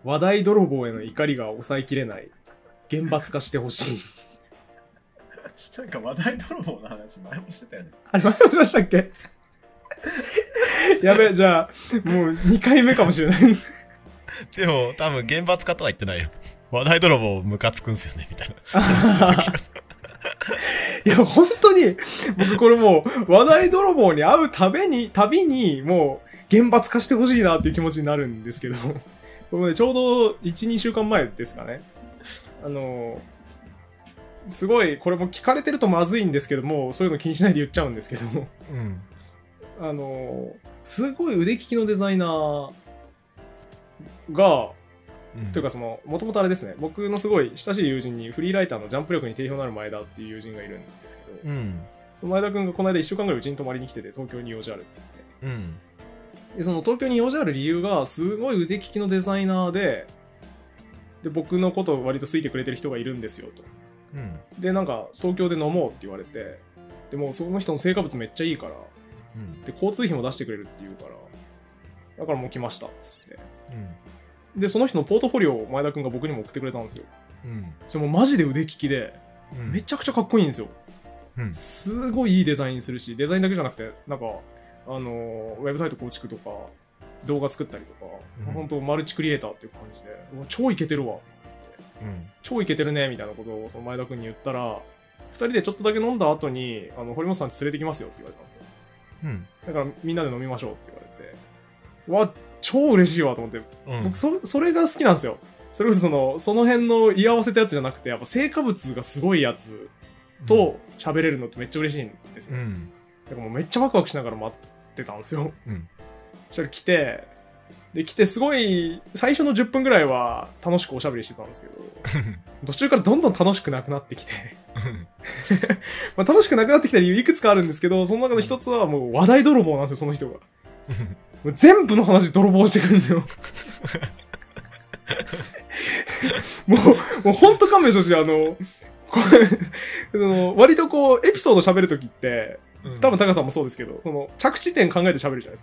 話題泥棒への怒りが抑えきれない。厳罰化してほしい。 なんか話題泥棒の話前もしてたよね。 あれ前もしましたっけ？やべ、じゃあ、もう2回目かもしれないです。 でも、多分厳罰化とは言ってないよ。話題泥棒ムカつくんすよね、みたいな。 いや、本当に、僕これもう、話題泥棒に会うたびに、もう、厳罰化してほしいなっていう気持ちになるんですけど、これね、ちょうど1、2週間前ですかね。すごい、これも聞かれてるとまずいんですけども、そういうの気にしないで言っちゃうんですけども、 うん。 すごい腕利きのデザイナーが、というかもともとあれですね、僕のすごい親しい友人にフリーライターのジャンプ力に定評のある前田っていう友人がいるんですけど、その前田くんがこの間1週間ぐらいうちに泊まりに来てて、東京に用事あるって言って、でその東京に用事ある理由がすごい腕利きのデザイナーで僕のことを割と好いてくれてる人がいるんですよと、でなんか東京で飲もうって言われて、でもその人の成果物めっちゃいいから、で交通費も出してくれるって言うから、だからもう来ましたっつって、でその人のポートフォリオを前田くんが僕にも送ってくれたんですよ。それもマジで腕利きで、めちゃくちゃかっこいいんですよ。すごいいいデザインするし、デザインだけじゃなくてなんかウェブサイト構築とか動画作ったりとか、本当マルチクリエイターっていう感じで超イケてるわ、超イケてるねみたいなことをその前田くんに言ったら、2人でちょっとだけ飲んだ後に堀本さん連れてきますよって言われたんですよ。だからみんなで飲みましょうって言われて、わ超嬉しいわと思って、僕それが好きなんですよ。それこそその辺の居合わせたやつじゃなくて、やっぱ成果物がすごいやつと喋れるのってめっちゃ嬉しいんですね。だからもうめっちゃワクワクしながら待ってたんですよ。そしたら来てすごい最初の10分ぐらいは楽しくおしゃべりしてたんですけど、途中からどんどん楽しくなくなってきてまあ楽しくなくなってきた理由いくつかあるんですけど、その中の一つはもう話題泥棒なんですよ、その人が。もう全部の話泥棒してくるんですよ。もうほんと勘弁してほしい。割とこうエピソード喋るときって、多分タカさんもそうですけど、着地点考えて喋るじゃない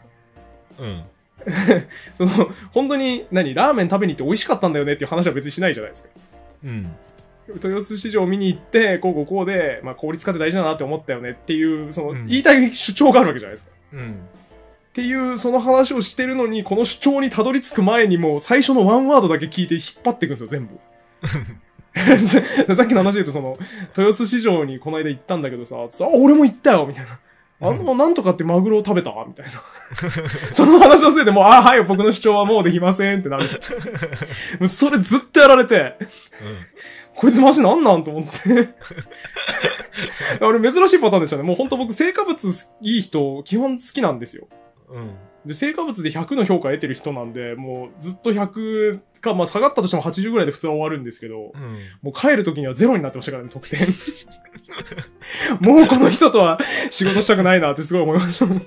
ですか。本当にラーメン食べに行って美味しかったんだよねっていう話は別にしないじゃないですか。豊洲市場見に行ってこうで、まあ、効率化って大事だなって思ったよねっていう言いたい主張があるわけじゃないですか。っていうその話をしてるのに、この主張にたどり着く前にもう最初のワンワードだけ聞いて引っ張っていくんですよ、全部。さっきの話で言うと豊洲市場にこの間行ったんだけどさ、俺も行ったよみたいな。なんとかってマグロを食べたみたいな。その話のせいでもう、はい、僕の主張はもうできませんってなるんです。それずっとやられて、こいつマジなんなんと思って。俺珍しいパターンでしたね。もうほんと僕成果物いい人基本好きなんですよ。で、成果物で100の評価を得てる人なんで、もうずっと100か、まあ下がったとしても80ぐらいで普通は終わるんですけど、もう帰る時には0になってましたからね、得点。もうこの人とは仕事したくないなってすごい思いました。い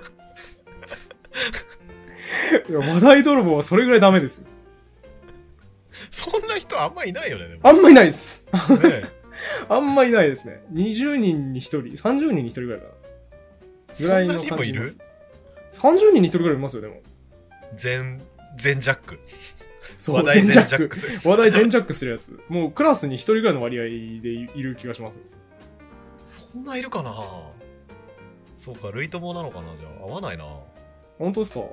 や、話題泥棒はそれぐらいダメですよ。 そんな人あんまいないよね、でも。 あんまいないです。あんまいないですね。20人に1人、30人に1人ぐらいかな。ぐらいの感じです。30人に1人ぐらいいますよ、でも。 全ジャック。 そう、全ジャック。話題全ジャックするやつ。もうクラスに1人ぐらいの割合でいる気がします。 そんないるかな。そうか、類友なのかな、じゃあ。合わないな。 本当ですか？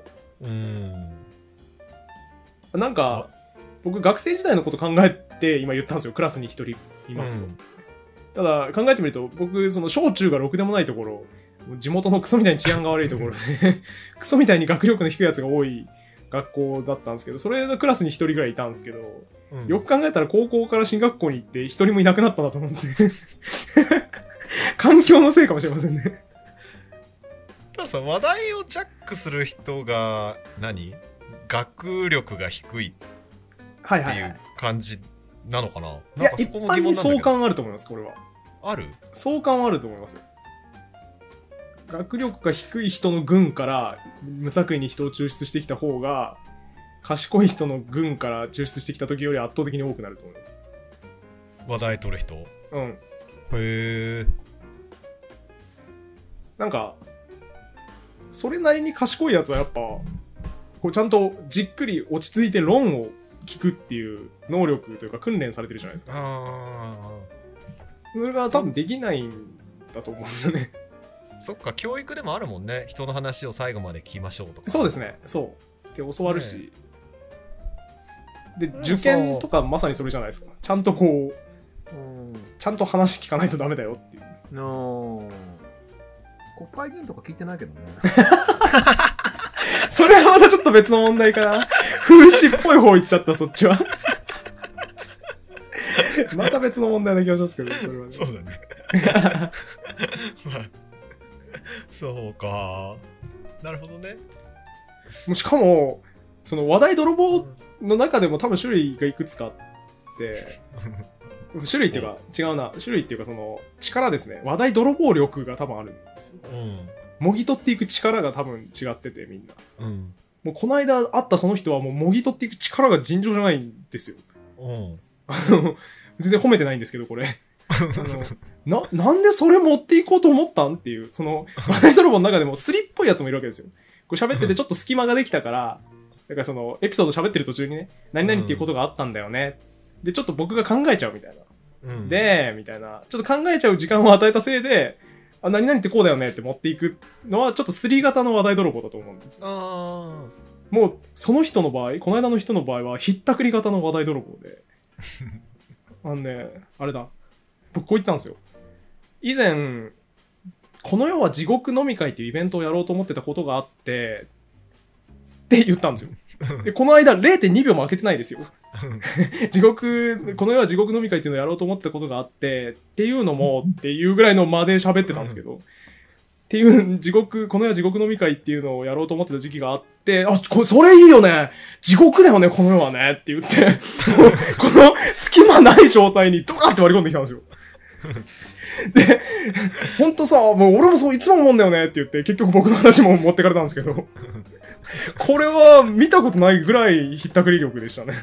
なんか、僕学生時代のこと考えて今言ったんですよ。クラスに1人いますよ。ただ考えてみると、僕小中がろくでもないところ、地元のクソみたいに治安が悪いところでクソみたいに学力の低いやつが多い学校だったんですけど、それのクラスに1人ぐらいいたんですけど、よく考えたら高校から進学校に行って1人もいなくなったなと思って環境のせいかもしれませんね。 たださ、話題をジャックする人が学力が低いっていう感じなのかな。 いや、一般に相関あると思います。これはある？ 相関はあると思います。学力が低い人の群から無作為に人を抽出してきた方が、賢い人の群から抽出してきた時より圧倒的に多くなると思います。 話題取る人？へえ。 なんかそれなりに賢いやつはやっぱこうちゃんとじっくり落ち着いて論を聞くっていう能力というか訓練されてるじゃないですか。それが多分できないんだと思うんですよね。 そっか、教育でもあるもんね。人の話を最後まで聞きましょうとか。 そうですね。そうで教わるし、で受験とかまさにそれじゃないですか。ちゃんとこう、ちゃんと話聞かないとダメだよっていう。 国会議員とか聞いてないけどね。 それはまたちょっと別の問題かな。風刺っぽい方行っちゃった、そっちは。また別の問題な気がしますけど、それはね。 そうだね。まあ、そうか。なるほどね。 もしかも、その話題泥棒の中でも多分種類がいくつかあって、種類っていうか、違うな。種類っていうか、その力ですね。話題泥棒力が多分あるんですよ。もぎ取っていく力が多分違ってて、みんな。もうこの間会ったその人はもうもぎ取っていく力が尋常じゃないんですよ。全然褒めてないんですけど、これ。なんでそれ持っていこうと思ったんっていう、その、話題泥棒の中でもスリっぽいやつもいるわけですよ。こう喋っててちょっと隙間ができたから、だからその、エピソード喋ってる途中にね、何々っていうことがあったんだよね。で、ちょっと僕が考えちゃうみたいな。で、みたいな。ちょっと考えちゃう時間を与えたせいで、何々ってこうだよねって持っていくのは、ちょっとスリー型の話題泥棒だと思うんですよ。もう、その人の場合、この間の人の場合は、ひったくり型の話題泥棒で。あれだ。僕こう言ったんですよ。以前、この世は地獄飲み会っていうイベントをやろうと思ってたことがあって、って言ったんですよ。で、この間 0.2 秒も空けてないですよ。この世は地獄飲み会っていうのをやろうと思ってたことがあって、っていうのも、っていうぐらいの間で喋ってたんですけど、っていう、この世は地獄飲み会っていうのをやろうと思ってた時期があって、それいいよね地獄だよねこの世はねって言って、この隙間ない状態にドカーって割り込んできたんですよ。で、ほんとさ、もう俺もそういつも思うんだよねって言って、結局僕の話も持ってかれたんですけど、これは見たことないぐらいひったくり力でしたね。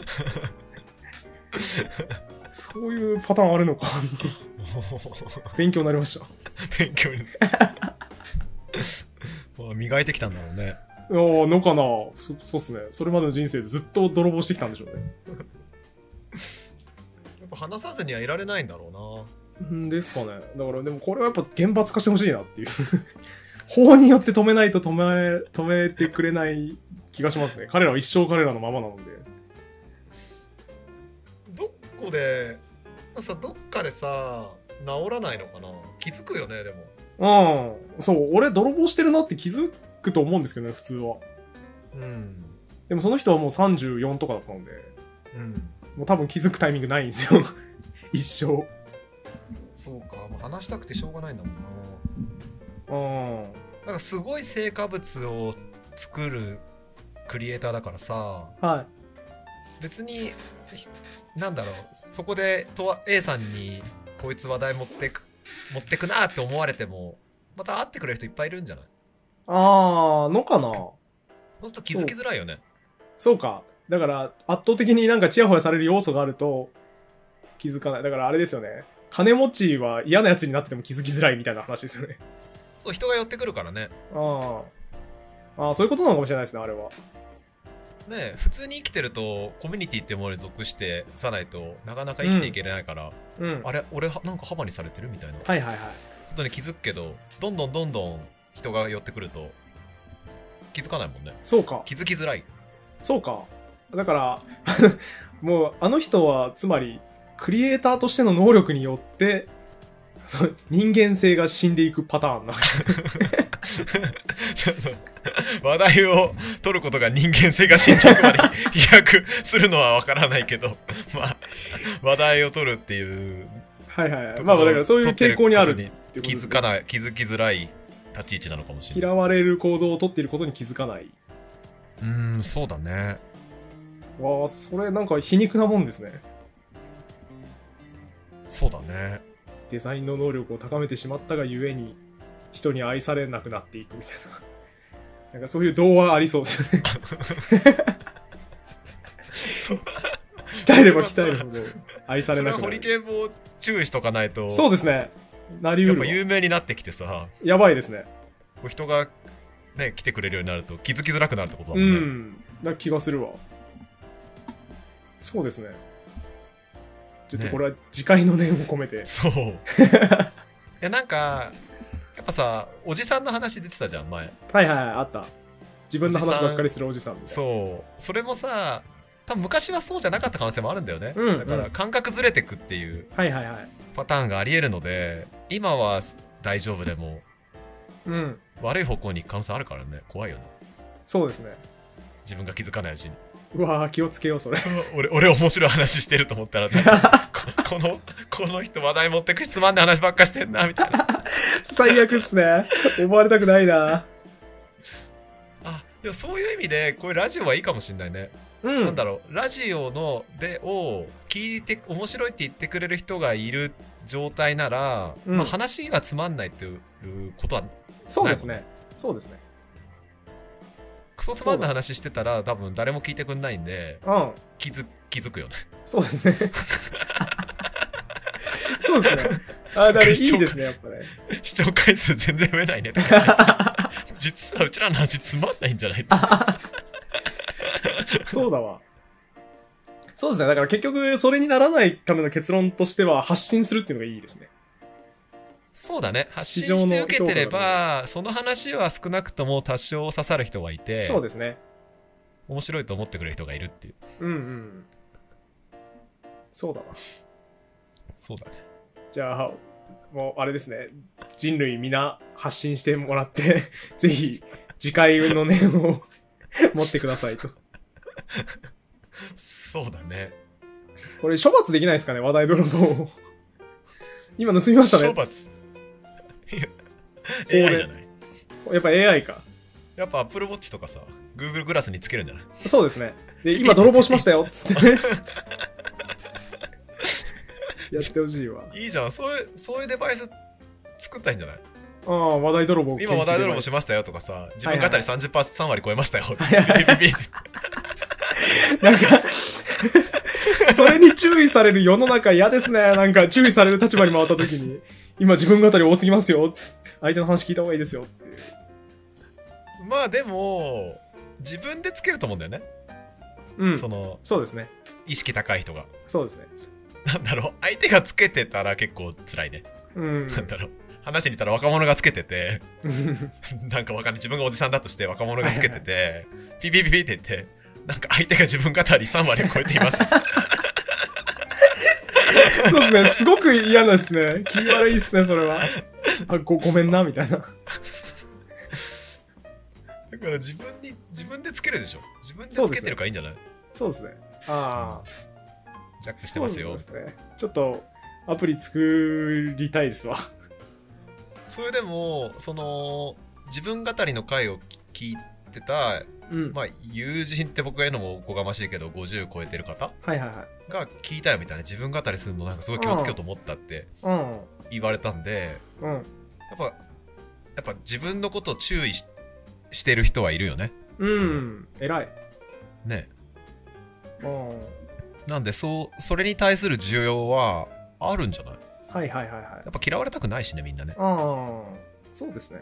そういうパターンあるのか。勉強になりました。 勉強に磨いてきたんだろうね。 のかな。そうっすね。それまでの人生でずっと泥棒してきたんでしょうね。 やっぱ話さずにはいられないんだろうな。ですかね。だからでもこれはやっぱ厳罰化してほしいなっていう。法によって止めないと止めてくれない気がしますね。彼らは一生彼らのままなので。 どっかでさ治らないのかな。気づくよね。でもそう俺泥棒してるなって気づくと思うんですけどね普通は。でもその人はもう34とかだったので、もう多分気づくタイミングないんですよ。一生。 そうか、もう話したくてしょうがないんだもんな。なんかすごい成果物を作るクリエイターだからさ、別になんだろう、そこでA さんにこいつ話題持ってくなって思われてもまた会ってくれる人いっぱいいるんじゃない？ のかな。 そうすると気づきづらいよね。 そうか。だから圧倒的になんかチヤホヤされる要素があると気づかない。だからあれですよね。金持ちは嫌なやつになってても気づきづらいみたいな話ですよね。 そう、人が寄ってくるからね。 そういうことなのかもしれないですね、あれは。 ねえ、普通に生きてるとコミュニティってものに属してさないとなかなか生きていけれないから、あれ俺なんか幅にされてるみたいなことに気づくけど、どんどん人が寄ってくると気づかないもんね。 そうか。 気づきづらい。 そうか。だからもうあの人はつまりクリエイターとしての能力によって人間性が死んでいくパターンなちょっと話題を取ることが人間性が死んでいくまで飛躍するのは分からないけど、まあ話題を取るっていうまあだからそういう傾向にあるって気づきづらい立ち位置なのかもしれない。 嫌われる行動を取っていることに気づかない。 そうだね。 わあ、それなんか皮肉なもんですね。 そうだね。 デザインの能力を高めてしまったがゆえに人に愛されなくなっていくみたいな、なんかそういう童話ありそうですよね。鍛えれば鍛えるほど愛されなくなる。 それはホリケンも注意しとかないと。 そうですね。なりうるわ。 やっぱ有名になってきてさ、 やばいですね。 人がね来てくれるようになると気づきづらくなるってことだもんね。 な気がするわ。 そうですね。ちょっとこれは自戒の念を込めて。 そういやなんかやっぱさ、おじさんの話出てたじゃん前。 はいはい、あった。自分の話ばっかりするおじさんみたいな。 そう、それもさ、多分昔はそうじゃなかった可能性もあるんだよね、 うん、 だから感覚ずれてくっていうはいはいはいパターンがありえるので、今は大丈夫でも、 うん、 悪い方向に行く可能性あるからね。怖いよね。 そうですね。 自分が気づかないうちに。 うわー、気をつけようそれ。 俺面白い話してると思ったら、ね、この人話題持ってくしつまんない話ばっかしてんなみたいな。 最悪っすね。思われたくないな。 あ、でもそういう意味でこういうラジオはいいかもしんないね。 うん、 なんだろう、ラジオのを聞いて面白いって言ってくれる人がいる状態なら、 うん、 まあ、話がつまんないっていうことはないもんね。 そうですね。そうですね。 クソつまんない話してたら多分誰も聞いてくんないんで、 うん、 気づくよね。 そうですね。そうですね。あ、だからいいですね、やっぱね。 視聴回数全然増えないね。実はうちらの話つまんないんじゃないそうだわ。そうですね。だから結局それにならないための結論としては発信するっていうのがいいですね。 そうだね。発信して受けてれば、その話は少なくとも多少刺さる人がいて、 そうですね。 面白いと思ってくれる人がいるっていう。 うんうん。そうだわ。 そうだね。 じゃあ、もうあれですね。人類皆発信してもらって、ぜひ次回の念を持ってくださいと。 そうだね。 これ処罰できないですかね、話題泥棒を。今盗みましたね。 処罰。AI じゃない。 やっぱ AI か。 やっぱ Apple Watch とかさ、Google グラスにつけるんじゃない？ そうですね。で、今泥棒しましたよ、つって。やってほしいわ。 いいじゃん。そういうデバイス作ったらいいんじゃない？ ああ、話題泥棒。 今話題泥棒しましたよとかさ、自分語り 3割超えましたよ。 なんか、それに注意される世の中嫌ですね。なんか注意される立場に回った時に、今自分語り多すぎますよ。相手の話聞いた方がいいですよっていう。 まあでも、自分でつけると思うんだよね。 うん。そうですね。 意識高い人が。 そうですね。 なんだろう、相手がつけてたら結構辛いね。 うん。 なんだろう。話にいたら若者がつけててなんかわかんない、自分がおじさんだとして若者がつけててピピピピって言って、なんか相手が自分語り3割を超えていますそうですね、すごく嫌なんですね。気悪いっすね、それは。ごめんなみたいな。だから自分でつけるでしょ。自分でつけてるからいいんじゃない？ そうですね。ああ、 ジャックしてますよ。 そうですね。ちょっとアプリ作りたいですわ。 それでもその自分語りの回を聞いてた、まあ友人って僕が言うのもおこがましいけど50超えてる方が聞いたよみたいな、自分語りするのなんかすごい気をつけようと思ったって言われたんで、やっぱ自分のことを注意してる人はいるよね。 偉いね。なんでそれに対する需要はあるんじゃない？やっぱ嫌われたくないしね、みんなね。 そうですね。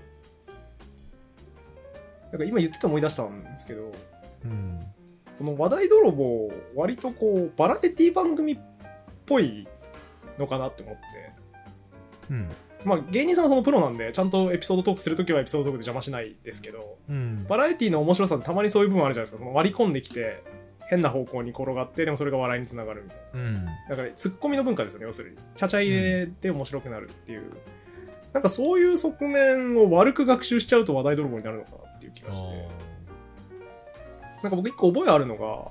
なんか今言ってて思い出したんですけど、この話題泥棒割とこうバラエティ番組っぽいのかなって思って、まあ芸人さんはそのプロなんでちゃんとエピソードトークするときはエピソードトークで邪魔しないですけど、バラエティの面白さってたまにそういう部分あるじゃないですか。その割り込んできて変な方向に転がって、でもそれが笑いにつながるみたいな。だからツッコミの文化ですよね、要するに。ちゃちゃ入れで面白くなるっていう。なんかそういう側面を悪く学習しちゃうと話題泥棒になるのかなっていう気がして。なんか僕一個覚えあるのが、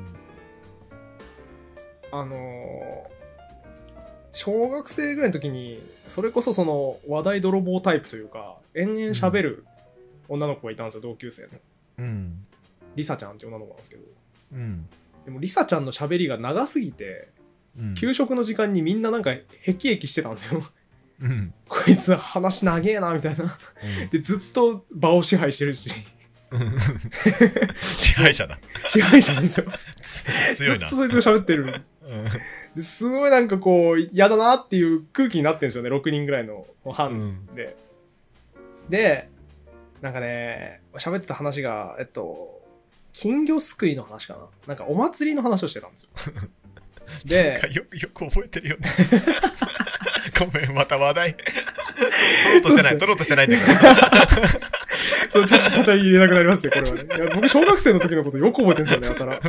小学生ぐらいの時に、それこそその話題泥棒タイプというか、延々喋る女の子がいたんですよ、同級生の。リサちゃんって女の子なんですけど。でもリサちゃんの喋りが長すぎて、給食の時間にみんななんかヘキヘキしてたんですよ。こいつ話長えなみたいな。でずっと場を支配してるし。 支配者だ。 支配者なんですよ。 強いな。 ずっとそいつが喋ってるんです。すごいなんかこう嫌だなっていう空気になってるんですよね。6人ぐらいの班で。で、なんかね、喋ってた話が、昨金魚すくいの話かな。なんかお祭りの話をしてたんですよ。で、 よく覚えてるよね。ごめん、また話題。取ろうとしてないんだけど。 そう、ちゃちゃ入れなくなりますよ、これはね。いや、僕、小学生の時のことよく覚えてるんですよね、やたら。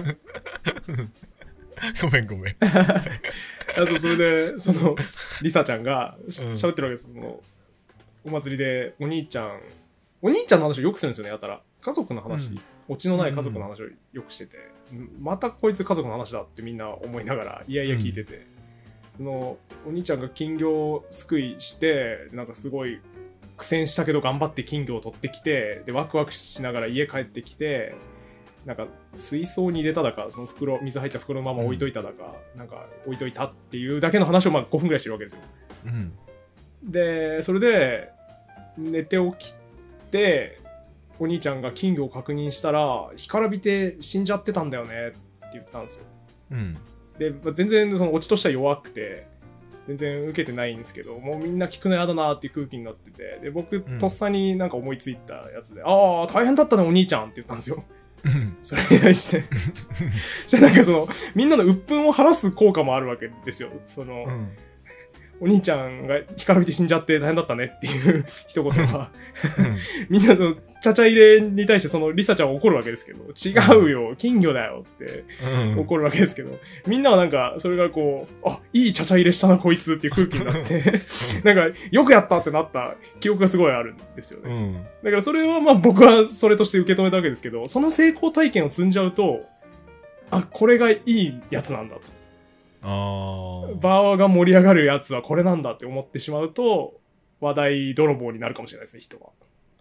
ごめん。 そう、それで、リサちゃんが喋ってるわけです。お祭りで、お兄ちゃんの話をよくするんですよね、やたら。家族の話、オチのない家族の話をよくしてて、またこいつ家族の話だってみんな思いながら、いやいや聞いてて、お兄ちゃんが金魚すくいして、なんかすごい苦戦したけど頑張って金魚を取ってきて、で、ワクワクしながら家帰ってきて、なんか水槽に入れただか、その水入った袋のまま置いといただか、なんか置いといたっていうだけの話をまあ5分ぐらいしてるわけですよ。で、それで寝て起きて、お兄ちゃんが金魚を確認したら、干からびて死んじゃってたんだよねって言ったんですよ。で、全然そのオチとしては弱くて、全然受けてないんですけど、もうみんな聞くのやだなっていう空気になってて、で、僕、とっさになんか思いついたやつで、ああ、大変だったね、お兄ちゃんって言ったんですよ。それに対して。じゃあなんかみんなの鬱憤を晴らす効果もあるわけですよ。お兄ちゃんが干からびて死んじゃって大変だったねっていう一言は、みんなちゃちゃ入れに対してリサちゃんは怒るわけですけど、違うよ、金魚だよって怒るわけですけど、みんなはなんか、それがいいちゃちゃ入れしたなこいつっていう空気になって、なんか、よくやったってなった記憶がすごいあるんですよね。だからそれはまあ僕はそれとして受け止めたわけですけど、その成功体験を積んじゃうと、これがいいやつなんだと。バーが盛り上がるやつはこれなんだって思ってしまうと、話題泥棒になるかもしれないですね、人は。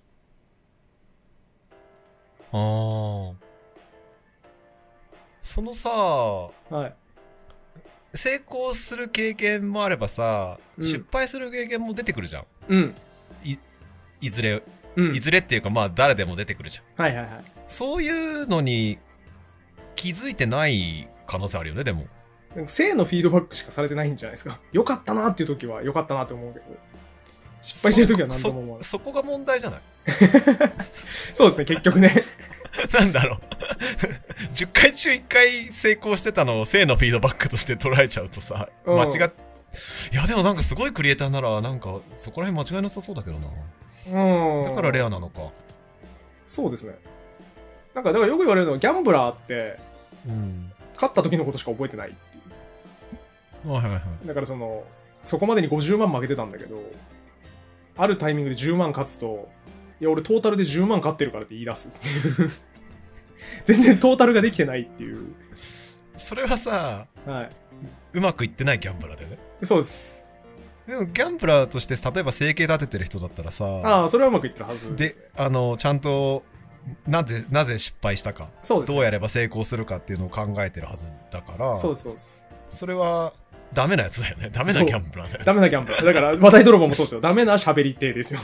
はい。 成功する経験もあればさ、失敗する経験も出てくるじゃん。 いずれっていうか、まあ誰でも出てくるじゃん。 はいはいはい。 そういうのに気づいてない可能性あるよね、でも。 正のフィードバックしかされてないんじゃないですか。良かったなっていう時は良かったなって思うけど、失敗してる時は何とも思わない。 そこが問題じゃない？ そうですね、結局ね。 なんだろう。10回中1回成功してたのを正のフィードバックとして捉えちゃうとさ、間違っ、いやでもなんかすごいクリエイターならなんかそこら辺間違いなさそうだけどな。だからレアなのか。 そうですね。だからよく言われるのはギャンブラーって、勝った時のことしか覚えてないっていう。だからそこまでに50万負けてたんだけど、あるタイミングで10万勝つと、いや俺トータルで10万勝ってるからって言い出すっていう全然トータルができてないっていう。 それはさ、うまくいってないギャンブラーだよね。 そうです。 でもギャンブラーとして例えば生計立ててる人だったらさ、 それはうまくいってるはずです、ね。 で、ちゃんとなぜ失敗したか、 そうです、ね、 どうやれば成功するかっていうのを考えてるはずだから、 そうです。 それはダメなやつだよね。ダメなギャンブラーだよね。 ダメなギャンブラー。だから話題泥棒もそうですよ。ダメな喋り手ですよ。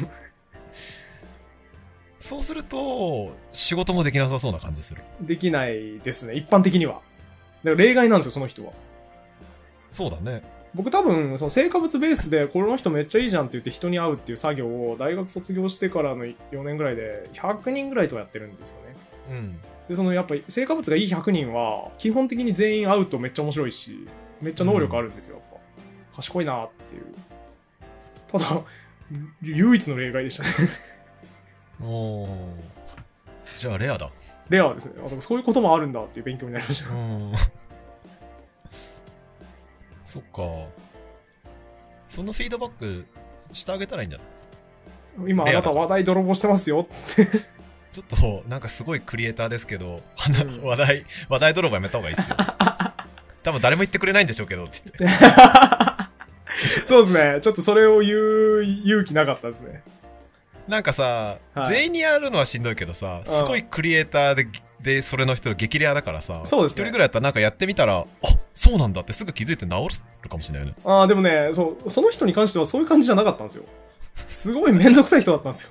そうすると仕事もできなさそうな感じする。 できないですね、一般的には。だから例外なんですよ、その人は。 そうだね。 僕多分成果物ベースでこの人めっちゃいいじゃんって言って人に会うっていう作業を大学卒業してからの4年ぐらいで100人ぐらいとやってるんですよね。でやっぱり成果物がいい100人は基本的に全員会うとめっちゃ面白いし、めっちゃ能力あるんですよ、やっぱ賢いなっていう。ただ唯一の例外でしたね。 じゃあレアだ。 レアですね。そういうこともあるんだっていう勉強になりました。 そっか。そのフィードバックしてあげたらいいんじゃない？ 今あなた話題泥棒してますよっつって。 ちょっとなんかすごいクリエイターですけど、話題泥棒やめた方がいいっすよ。多分誰も言ってくれないんでしょうけどって言って。 そうですね。ちょっとそれを言う勇気なかったですね。 なんかさ、全員にやるのはしんどいけどさ、すごいクリエイターでそれの人激レアだからさ、 そうですね。 一人ぐらいやったらなんかやってみたら、そうなんだってすぐ気づいて直るかもしれないよね。でもね、その人に関してはそういう感じじゃなかったんですよ。すごいめんどくさい人だったんですよ。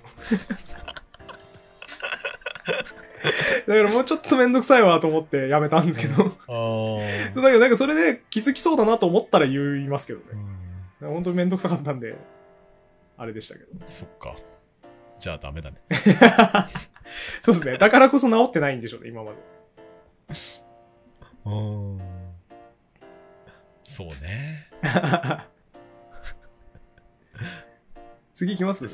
だからもうちょっとめんどくさいわと思ってやめたんですけど。だけどなんかそれで気づきそうだなと思ったら言いますけどね。本当にめんどくさかったんで、あれでしたけど。 そっか。じゃあダメだね。 そうですね。だからこそ治ってないんでしょうね、今まで。 そうね。 次行きます？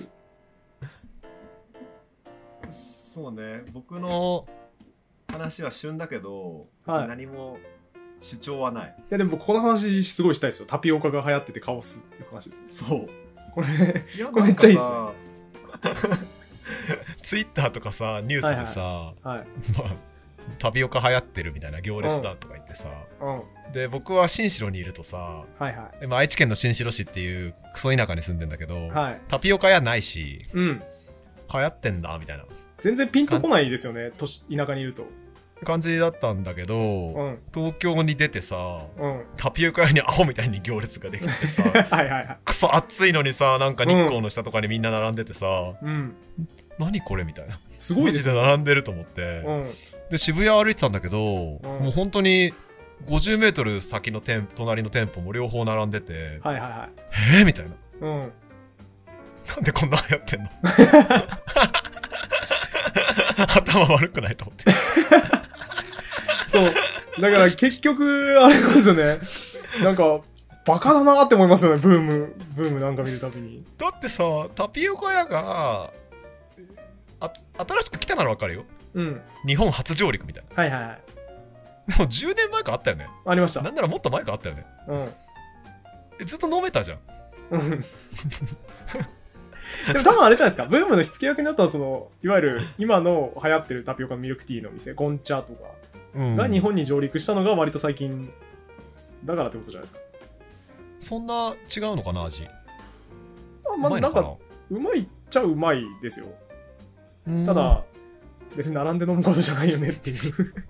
そうね、僕の話は旬だけど、はい、何も主張はない。 いやでもこの話すごいしたいですよ。タピオカが流行っててカオスっていう話です、ね。 そう。 これめっちゃいいですね。 ツイッターとかさ、ニュースでさ、はいはい、まあ、タピオカ流行ってるみたいな行列だとか言ってさ、で僕は新城にいるとさ、はいはい、愛知県の新城市っていうクソ田舎に住んでんだけど、はい、タピオカ屋ないし、うん、流行ってんだみたいな。 全然ピンとこないですよね、田舎にいると。 感じだったんだけど、うん、東京に出てさ、うん、タピオカ屋にアホみたいに行列ができてさはいはい、はい、クソ暑いのにさ、なんか日光の下とかにみんな並んでてさ、うん、何これみたいな、 すごいですね、 マジで並んでると思って、うん、で渋谷歩いてたんだけど、もう本当に50メートル先の隣の店舗も両方並んでて、はいはいはい、みたいな、うん、なんでこんな流行ってんの頭悪くないと思ってそうだから結局あれなんですよね、なんかバカだなって思いますよね、ブームなんか見るたびに。 だってさ、タピオカ屋が新しく来たならわかるよ、うん、日本初上陸みたいな、はいはいはい、でも10年前からあったよね。 ありました。 なんならもっと前からあったよね、うん、ずっと飲めたじゃんでも多分あれじゃないですか、ブームの火付け役になったのは、そのいわゆる今の流行ってるタピオカミルクティーの店、ゴンチャとかが日本に上陸したのが割と最近だからってことじゃないですか。 そんな違うのかな、味。 まあなんかうまいっちゃうまいですよ。ただ別に並んで飲むことじゃないよねっていう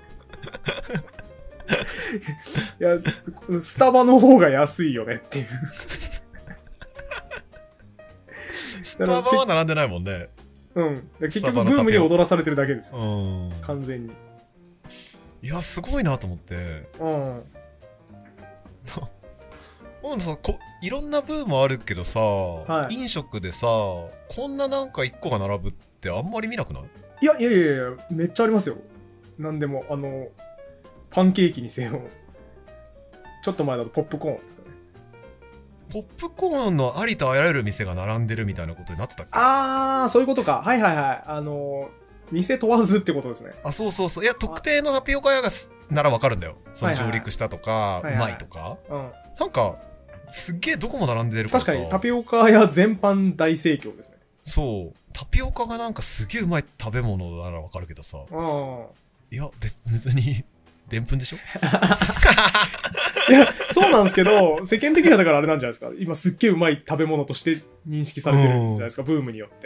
いやスタバの方が安いよねっていうスタバは並んでないもんね。 うん。結局ブームに踊らされてるだけですよ。完全に。 いや、すごいなと思って。うん。いろんなブームあるけどさ、はい、飲食でさ、こんななんか1個が並ぶってあんまり見なくない？ いや、めっちゃありますよ。なんでも、パンケーキにせよ。ちょっと前だとポップコーンですかね。 ポップコーンのありとあらゆる店が並んでるみたいなことになってたっけ？ あー、そういうことか。はいはいはい。店問わずってことですね。 あ、そうそうそう。いや、特定のタピオカ屋がならわかるんだよ。その上陸したとか、うまいとか。なんか、すっげえどこも並んでるからさ。 確かにタピオカ屋全般大盛況ですね。 そう。タピオカがなんかすげえうまい食べ物ならわかるけどさ。いや、別に。でんぷんでしょいや、そうなんですけど、世間的にはだからあれなんじゃないですか。今すっげえうまい食べ物として認識されてるんじゃないですか、ブームによって。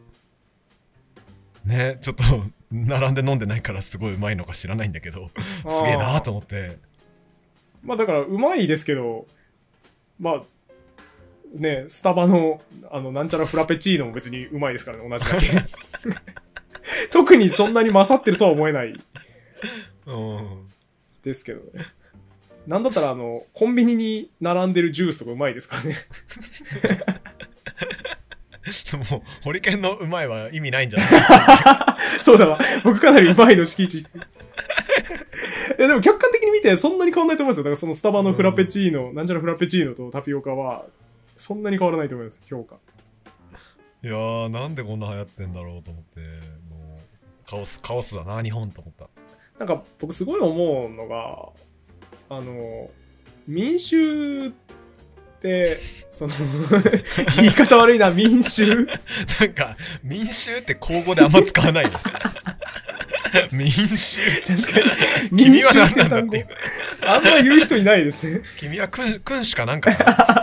ね、ちょっと並んで飲んでないからすごいうまいのか知らないんだけど、すげえなーと思って。 まあだからうまいですけど、まあ、ね、スタバのなんちゃらフラペチーノも別にうまいですからね、同じだけ。特にそんなに勝ってるとは思えない。ですけどね。なんだったらコンビニに並んでるジュースとかうまいですからね。 もうホリケンのうまいは意味ないんじゃない？ そうだわ。僕かなりうまいの敷地。いやでも客観的に見てそんなに変わらないと思いますよ。だからそのスタバのフラペチーノ、なんちゃらフラペチーノとタピオカはそんなに変わらないと思います。評価。 いやー、なんでこんな流行ってんだろうと思って、もうカオスだな日本と思った。 なんか僕すごい思うのが、民衆ってその言い方悪いな、民衆なんか民衆って口語であんま使わないの民衆、 確かに君は何なんだっていう、あんま言う人いないですね。 君は君主かなんか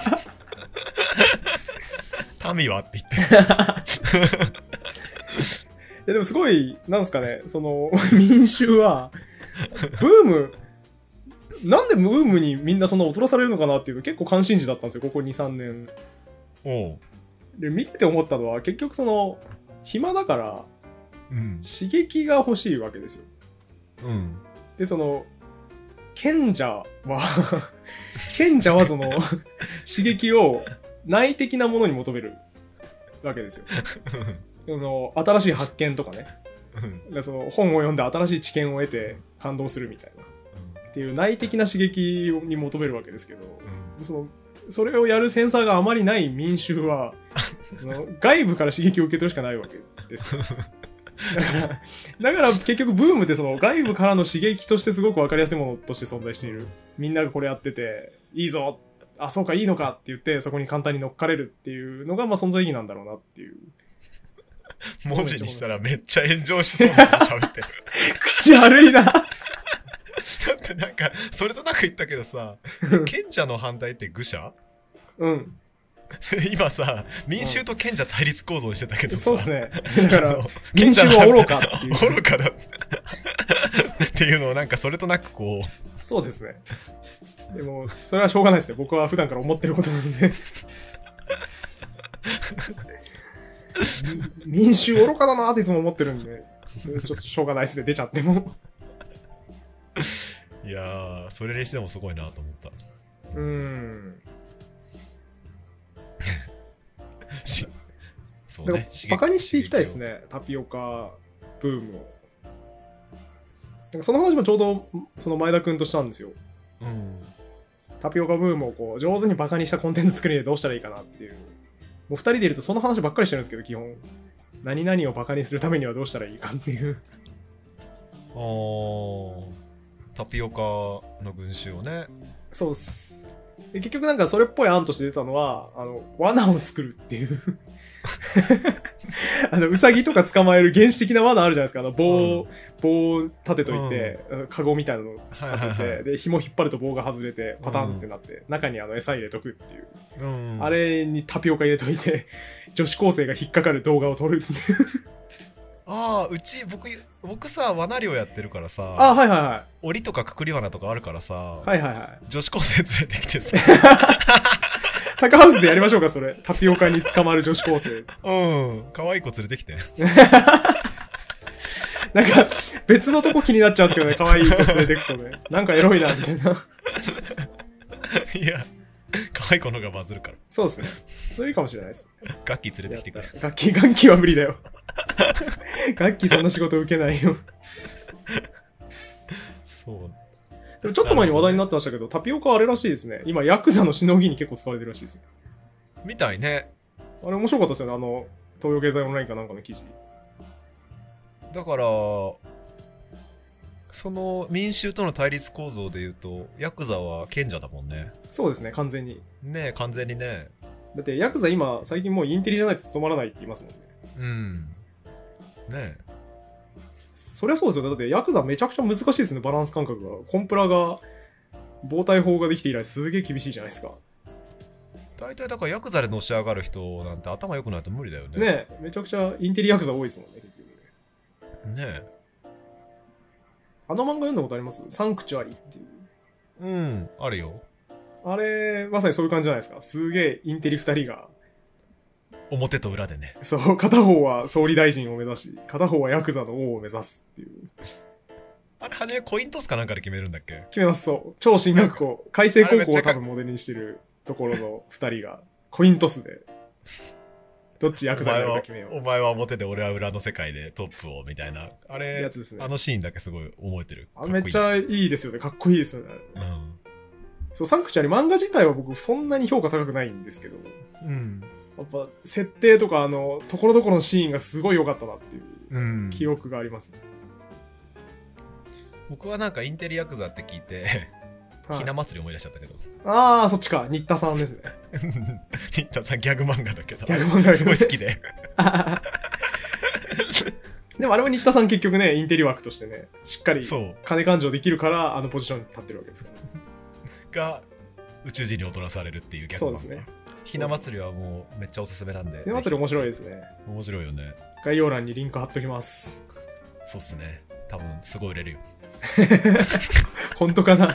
民はって言っていやでもすごいなんですかね、その民衆はブーム、なんでブームにみんなそんな踊らされるのかなっていうの結構関心事だったんですよ、ここ 2,3 年。おうで見てて思ったのは、結局その暇だから、うん、刺激が欲しいわけですよ、うん、でその賢者はその刺激を内的なものに求めるわけですよ新しい発見とかね、その本を読んで新しい知見を得て感動するみたいな、っていう内的な刺激に求めるわけですけど、それをやるセンサーがあまりない民衆は外部から刺激を受け取るしかないわけですだから結局ブームってその外部からの刺激としてすごく分かりやすいものとして存在している。みんながこれやってていいぞ、あそうかいいのかって言ってそこに簡単に乗っかれるっていうのがまあ存在意義なんだろうなっていう。 文字にしたらめっちゃ炎上しそうなこと喋ってる口悪いなだってなんかそれとなく言ったけどさ賢者の反対って愚者うん今さ民衆と賢者対立構造にしてたけどさ、 そうですね。だから民衆は愚かっていう愚かだっていうのをなんかそれとなくこう、 そうですね。でもそれはしょうがないですね。僕は普段から思ってることなんで民衆愚かだなっていつも思ってるんで、ちょっとしょうがないですね、出ちゃってもいやーそれにしてもすごいなと思った。そうね、 バカにしていきたいですね、タピオカブームを。なんかその話もちょうどその前田君としたんですよ、タピオカブームをこう上手にバカにしたコンテンツ作りでどうしたらいいかなっていう。もう2人でいるとその話ばっかりしてるんですけど、基本何々をバカにするためにはどうしたらいいかっていうタピオカの群衆をね。 そうっす。で結局なんかそれっぽい案として出たのは罠を作るっていうウサギとか捕まえる原始的な罠あるじゃないですか。棒を立てといて、カゴみたいなの立てて、で紐引っ張ると棒が外れてパタンってなって、中に餌入れとくっていう、あれにタピオカ入れといて女子高生が引っかかる動画を撮るっていううち僕さ罠漁やってるからさ、 はいはいはい、 檻とかくくり罠とかあるからさ、 はいはいはい、 女子高生連れてきてさタカハウスでやりましょうか、それ。タピオカに捕まる女子高生。 可愛い子連れてきてなんか別のとこ気になっちゃうんですけどね、可愛い子連れてくとね、なんかエロいなみたいな。 いや可愛い子の方がバズるから。 そうですね、それいいかもしれないです。 ガッキー連れてきてくれ。 ガッキーは無理だよガッキーそんな仕事受けないよそうでもちょっと前に話題になってましたけど、タピオカあれらしいですね。今ヤクザのしのぎに結構使われてるらしいですね。 みたいね。 あれ面白かったですよね、東洋経済オンラインかなんかの記事。 だからその民衆との対立構造でいうとヤクザは賢者だもんね。 そうですね、完全にね。完全にね。 だってヤクザ今最近もうインテリじゃないと務まらないって言いますもんね。 ねえ、 そりゃそうですよね。だってヤクザめちゃくちゃ難しいですね、バランス感覚が。コンプラが暴対法ができて以来すげえ厳しいじゃないですか。 大体だからヤクザでのし上がる人なんて頭良くないと無理だよね。 ねえ、めちゃくちゃインテリヤクザ多いですもんね、結局ねえ。 漫画読んだことあります？サンクチュアリっていう。 あるよ。 あれまさにそういう感じじゃないですか。すげえインテリ2人が表と裏でね。 そう、片方は総理大臣を目指し、片方はヤクザの王を目指すっていう。 あれ、初めコイントスかなんかで決めるんだっけ？ 決めます、そう。超進学校、開成高校を多分モデルにしてるところの2人が、コイントスで、どっちヤクザになるか決めよう。 お前は表で俺は裏の世界でトップを、みたいな。あれ、 やつですね。 あのシーンだけすごい覚えてる。 めっちゃいいですよね。かっこいいですよね。そう、サンクチュアリ漫画自体は僕そんなに評価高くないんですけど、やっぱ設定とかところどころのシーンがすごい良かったなっていう記憶がありますね。 僕はなんかインテリヤクザって聞いて、ひな祭り思い出しちゃったけど。 ああ、そっちか。新田さんですね。 新田さんギャグ漫画だけど。 ギャグ漫画すごい好きで。 でもあれは新田さん結局ね、インテリ枠としてね、しっかり金勘定できるからポジションに立ってるわけですから、 が宇宙人に踊らされるっていうギャグ漫画。そうですね。ひな祭りはもうめっちゃおすすめなんで。 ひな祭り面白いですね。 面白いよね。 概要欄にリンク貼っときます。 そうっすね。多分すごい売れるよ。 本当かな。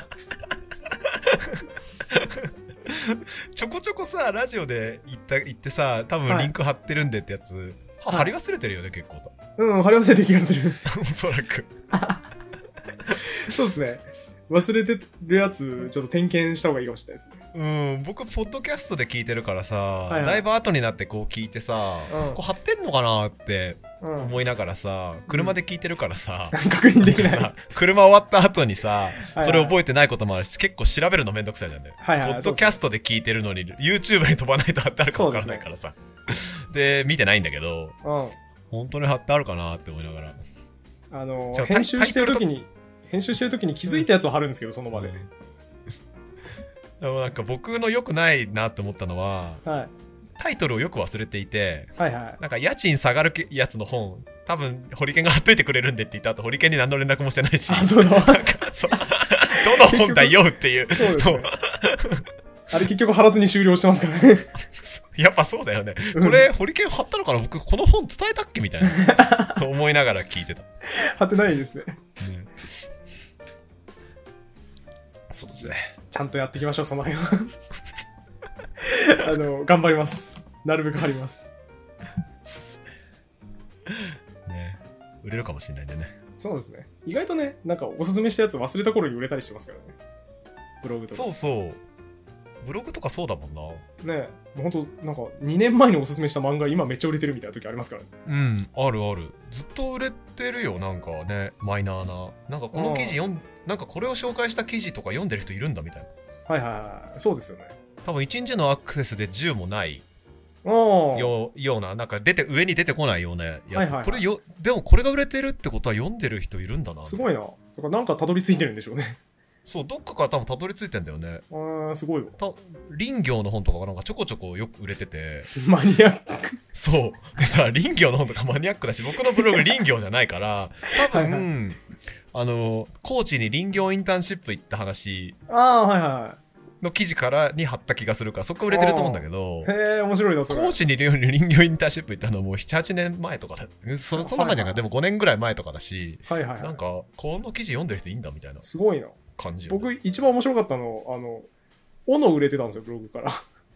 ちょこちょこさラジオで言ってさ、多分リンク貼ってるんでってやつ、貼り忘れてるよね、結構。 貼り忘れてる気がする。 おそらく。 そうですね。忘れてるやつちょっと点検した方がいいかもしれないですね。僕ポッドキャストで聞いてるからさ、だいぶ後になってこう聞いてさ、こう貼ってんのかなって思いながらさ、車で聞いてるからさ、 確認できない。 車終わった後にさ、それ覚えてないこともあるし、結構調べるのめんどくさいじゃんね。ポッドキャストで聞いてるのに YouTube に飛ばないと貼ってあるか分からないからさ。で見てないんだけど、本当に貼ってあるかなって思いながら。 編集してる時に気づいたやつを貼るんですけど、その場で。 でもなんか僕の良くないなって思ったのは、タイトルをよく忘れていて、なんか家賃下がるやつの本、多分ホリケンが貼っといてくれるんでって言った後、ホリケンに何の連絡もしてないし、どの本だよっていう。そうですね。 あれ結局貼らずに終了してますからね。 やっぱそうだよね。これホリケン貼ったのかな、僕この本伝えたっけみたいなと思いながら聞いてた。 貼ってないですね。 そうですね。 ちゃんとやっていきましょう、その辺は。頑張ります。なるべく貼ります。 ね、売れるかもしれないんでね。 そうですね。意外とね、なんかおすすめしたやつ忘れた頃に売れたりしてますからね。ブログとか。 そうそう。ブログとかそうだもんな。 ねえ、ほんとなんか2年前におすすめした漫画今めっちゃ売れてるみたいな時ありますからね。 うん、あるある。ずっと売れてるよ、なんかね、マイナーな。なんかこの記事なんかこれを紹介した記事とか読んでる人いるんだみたいな。 はいはいはい、そうですよね。 多分1日のアクセスで10もないような、なんか上に出てこないようなやつ、これでもこれが売れてるってことは読んでる人いるんだな。 すごいな。だからなんかたどり着いてるんでしょうね。 そう、どっかから多分たどり着いてんだよね。 すごいわ。 林業の本とかがなんかちょこちょこよく売れてて。 マニアック。 そうでさ、林業の本とかマニアックだし、僕のブログ林業じゃないから多分高知に林業インターンシップ行った話の記事からに貼った気がするから、そこ売れてると思うんだけど。 へえ、面白いなそれ。 高知に林業インターンシップ行ったのもう 7,8 年前とかだ。そんな前じゃない、でも5年ぐらい前とかだし、なんかこの記事読んでる人いいんだみたいな。 すごいな感じ。 僕一番面白かったの斧売れてたんですよ、ブログから。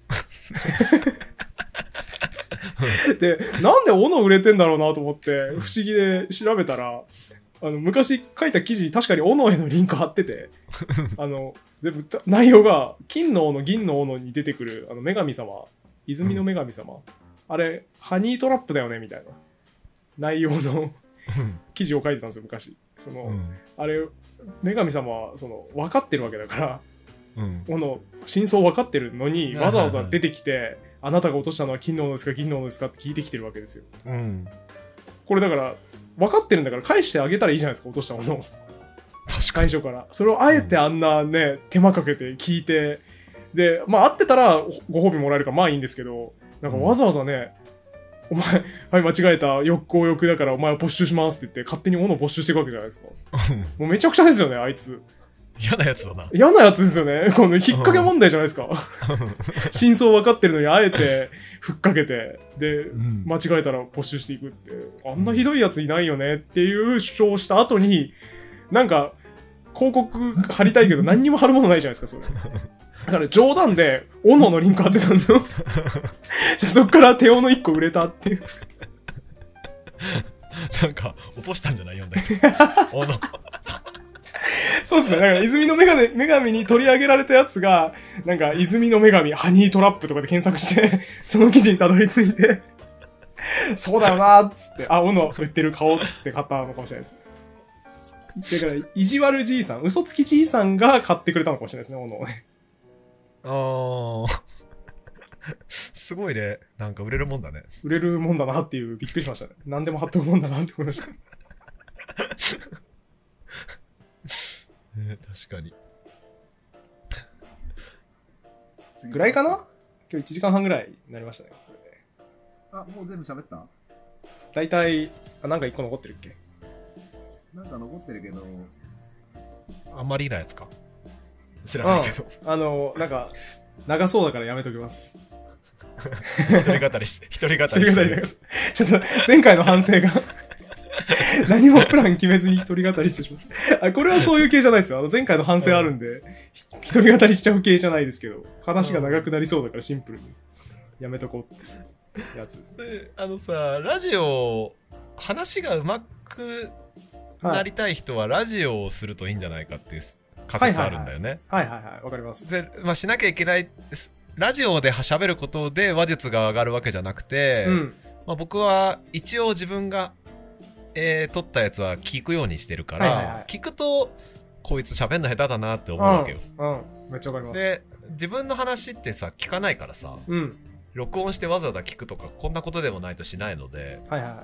で、なんで斧売れてんだろうなと思って不思議で調べたら、昔書いた記事に確かに斧へのリンク貼ってて、全部内容が金の斧銀の斧に出てくる女神様、泉の女神様、あれハニートラップだよねみたいな内容の記事を書いてたんですよ昔。あれ女神様は分かってるわけだから、真相分かってるのにわざわざ出てきて、あなたが落としたのは金の斧ですか銀の斧ですかって聞いてきてるわけですよ。これだから分かってるんだから返してあげたらいいじゃないですか、落としたものを。最初からそれをあえてあんなね、手間かけて聞いて、で合ってたらご褒美もらえるからいいんですけど、なんかわざわざね、お前はい間違えた、強欲だからお前は没収しますって言って勝手に斧を没収していくわけじゃないですか。もうめちゃくちゃですよね、あいつ。 嫌なやつだな。 嫌なやつですよね。この引っ掛け問題じゃないですか。真相分かってるのにあえてふっかけて、で、間違えたら没収していくって、あんなひどいやついないよねっていう主張をした後に、なんか広告貼りたいけど何にも貼るものないじゃないですか、それ。だから冗談で斧のリンク貼ってたんですよ。じゃあそっから手斧1個売れたっていう。 なんか落としたんじゃない、読んだ人。斧。 そうですね。だから泉の女神に取り上げられたやつが、なんか泉の女神ハニートラップとかで検索してその記事にたどり着いて、そうだよなーっつって、斧売ってる買おうっつって買ったのかもしれないです。だから意地悪じいさん、嘘つきじいさんが買ってくれたのかもしれないですね、斧をね。 すごいね。なんか売れるもんだね。 売れるもんだなっていう、びっくりしましたね。何でも貼っとくもんだなって思いました。 確かに。 ぐらいかな？今日1時間半ぐらいになりましたね。これで。もう全部喋った？ 大体、なんか1個残ってるっけ？ なんか残ってるけど。 あんまりいないやつか。知らないけど。 なんか、長そうだからやめときます。 一人語りしてる。 ちょっと前回の反省が何もプラン決めずに一人語りしてしまう。これはそういう系じゃないですよ。前回の反省あるんで、一人語りしちゃう系じゃないですけど、話が長くなりそうだからシンプルにやめとこうってやつです。 さ、ラジオ、話が上手くなりたい人はラジオをするといいんじゃないかっていう仮説あるんだよね。 はいはいはい、わかります。 で、しなきゃいけない、ラジオで喋ることで話術が上がるわけじゃなくて、 まあ、僕は一応自分が、撮ったやつは聞くようにしてるから、はいはいはい、聞くとこいつ喋んの下手だなって思うわけよ。 めっちゃわかります。 で自分の話ってさ聞かないからさ、録音してわざわざ聞くとかこんなことでもないとしないので、はいはいはい、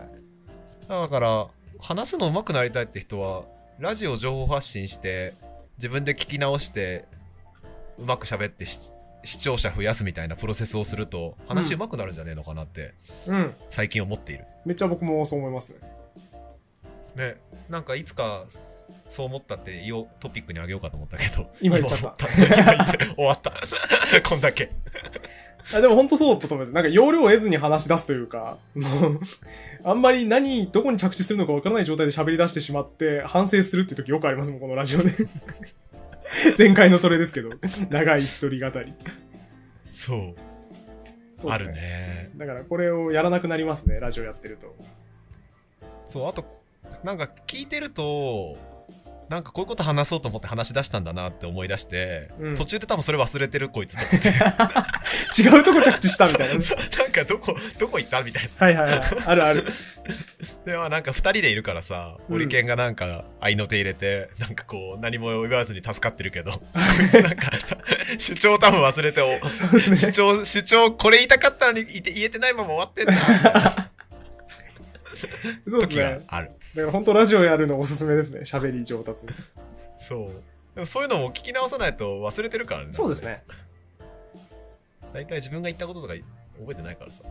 だから話すの上手くなりたいって人はラジオ情報発信して自分で聞き直してうまく喋って視聴者増やすみたいなプロセスをすると話上手くなるんじゃねえのかなって最近思っている。 めっちゃ僕もそう思いますね。 ね、なんかいつかそう思ったってトピックにあげようかと思ったけど今言っちゃった終わったこんだけでも本当そうだと思います。なんか要領を得ずに話し出すというかあんまりどこに着地するのかわからない状態で喋り出してしまって反省するっていう時よくありますもん、このラジオで前回のそれですけど長い一人語りそうですね、 あるね。 だからこれをやらなくなりますね、ラジオやってると。 そう、あとなんか聞いてるとなんかこういうこと話そうと思って話し出したんだなって思い出して、途中で多分それ忘れてるこいつと思って違うとこ着地したみたいな、ね、 なんかどこ行ったみたいなはいはいはい、あるあるでもなんか2人でいるからさ、ホリケンがなんか合いの手入れてなんかこう何も言わずに助かってるけどこいつなんか主張多分忘れてそうです、ね、主張これ言いたかったのに言えてないまま終わってんだみたいなそうですね。 ある。 だから本当ラジオやるのおすすめですね。喋り上達。 そう。でもそういうのも聞き直さないと忘れてるからね。 そうですね。 大体自分が言ったこととか覚えてないからさ。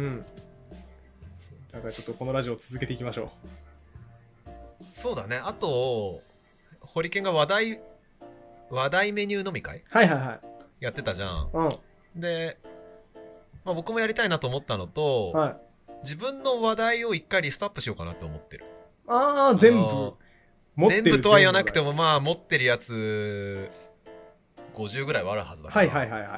だからちょっとこのラジオを続けていきましょう。そうだね。あとホリケンが話題メニュー飲み会やってたじゃん。で、まあ、僕もやりたいなと思ったのと、自分の話題を一回リストアップしようかなと思ってる。 全部全部とは言わなくてもまあ持ってるやつ50ぐらいはあるはずだから、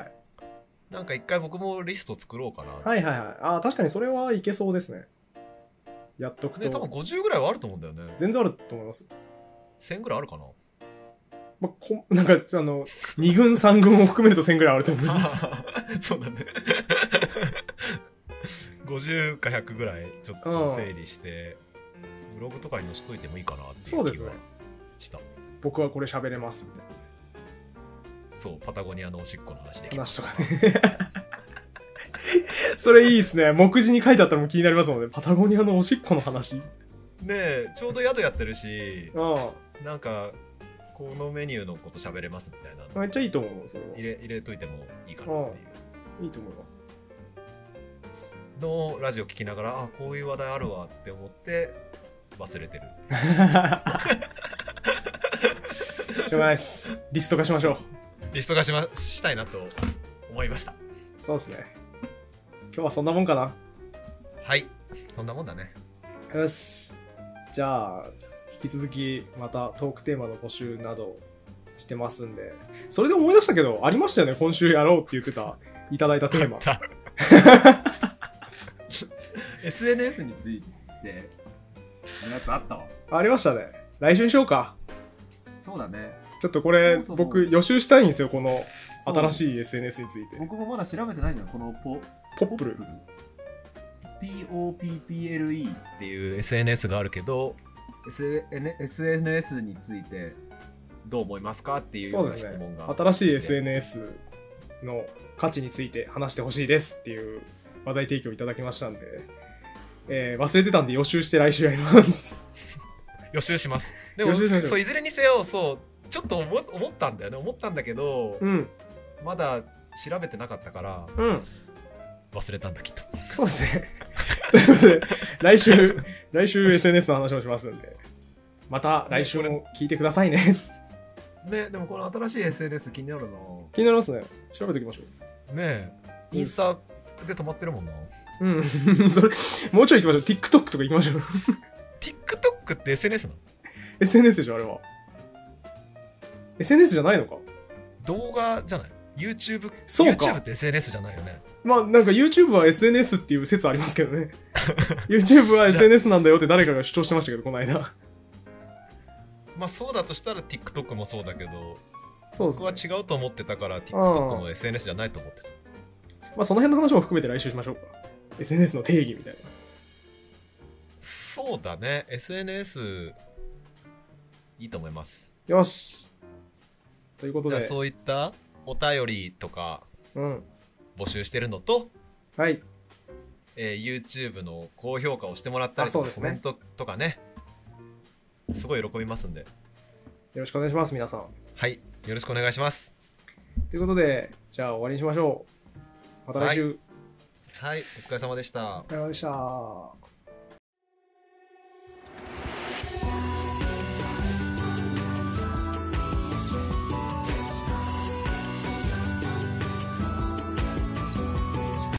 なんか一回僕もリスト作ろうかな。 確かにそれはいけそうですね。やっとくと、 多分50ぐらいはあると思うんだよね。 全然あると思います。 1000ぐらいあるかな。 なんか2軍3軍を含めると1000ぐらいあると思いますそうだね50か100ぐらいちょっと整理してブログとかに載せといてもいいかなっていう気はした。 僕はこれ喋れますみたいな。そう、パタゴニアのおしっこの話できますとかねそれいいですね。目次に書いてあったのも気になりますもんね。パタゴニアのおしっこの話ねえ、ちょうど宿やってるしなんかこのメニューのこと喋れますみたいな。 めっちゃいいと思う。それ入れといてもいいかなっていう。 いいと思います。 のラジオ聞きながらこういう話題あるわって思って忘れてるしょうがないです。リスト化しましょう。 リスト化したいなと思いました。 そうですね。今日はそんなもんかな。 はい、そんなもんだね。 よし、じゃあ引き続きまたトークテーマの募集などしてますんで。それで思い出したけど、ありましたよね、今週やろうって言ってたいただいたテーマ SNS についてのやつあったわ。 ありましたね。来週にしようか。 そうだね。 ちょっとこれ僕予習したいんですよ、この新しい SNS について。 僕もまだ調べてないんだよ。このポップル POPPLE っていう SNS があるけど、 SNS についてどう思いますかっていうような質問が、 新しい SNS の価値について話してほしいですっていう話題提供いただきましたんで、忘れてたんで予習して来週やります予習します。でもそういずれにせよ、そうちょっと思ったんだよね。思ったんだけど、まだ調べてなかったから、忘れたんだきっと。 そうですねということで来週 SNS の話をしますんで、また来週も聞いてくださいねね。でもこの新しい SNS 気になるな。 気になりますね。調べておきましょうね。インスタで止まってるもんな。 それもうちょい行きましょう。 TikTok とか行きましょう TikTok って SNS なの？ SNS でしょあれは。 SNS じゃないのか。 動画じゃない？ YouTube って SNS じゃないよね。 まあなんか YouTube は SNS っていう説ありますけどねYouTube は SNS なんだよって誰かが主張してましたけど、この間まあそうだとしたら TikTok もそうだけど、 そうですね、 僕は違うと思ってたから TikTok も SNS じゃないと思ってた。 まあその辺の話も含めて来週しましょうか。 SNS の定義みたいな。 そうだね。SNS いいと思います。 よし。ということで。 じゃあそういったお便りとか募集してるのと、 はい。 YouTube の高評価をしてもらったりとか、コメントとかね、すごい喜びますんで。よろしくお願いします、皆さん。 はい。よろしくお願いします。 ということで、じゃあ終わりにしましょう。また来週。 はい、お疲れ様でした。 お疲れ様でした。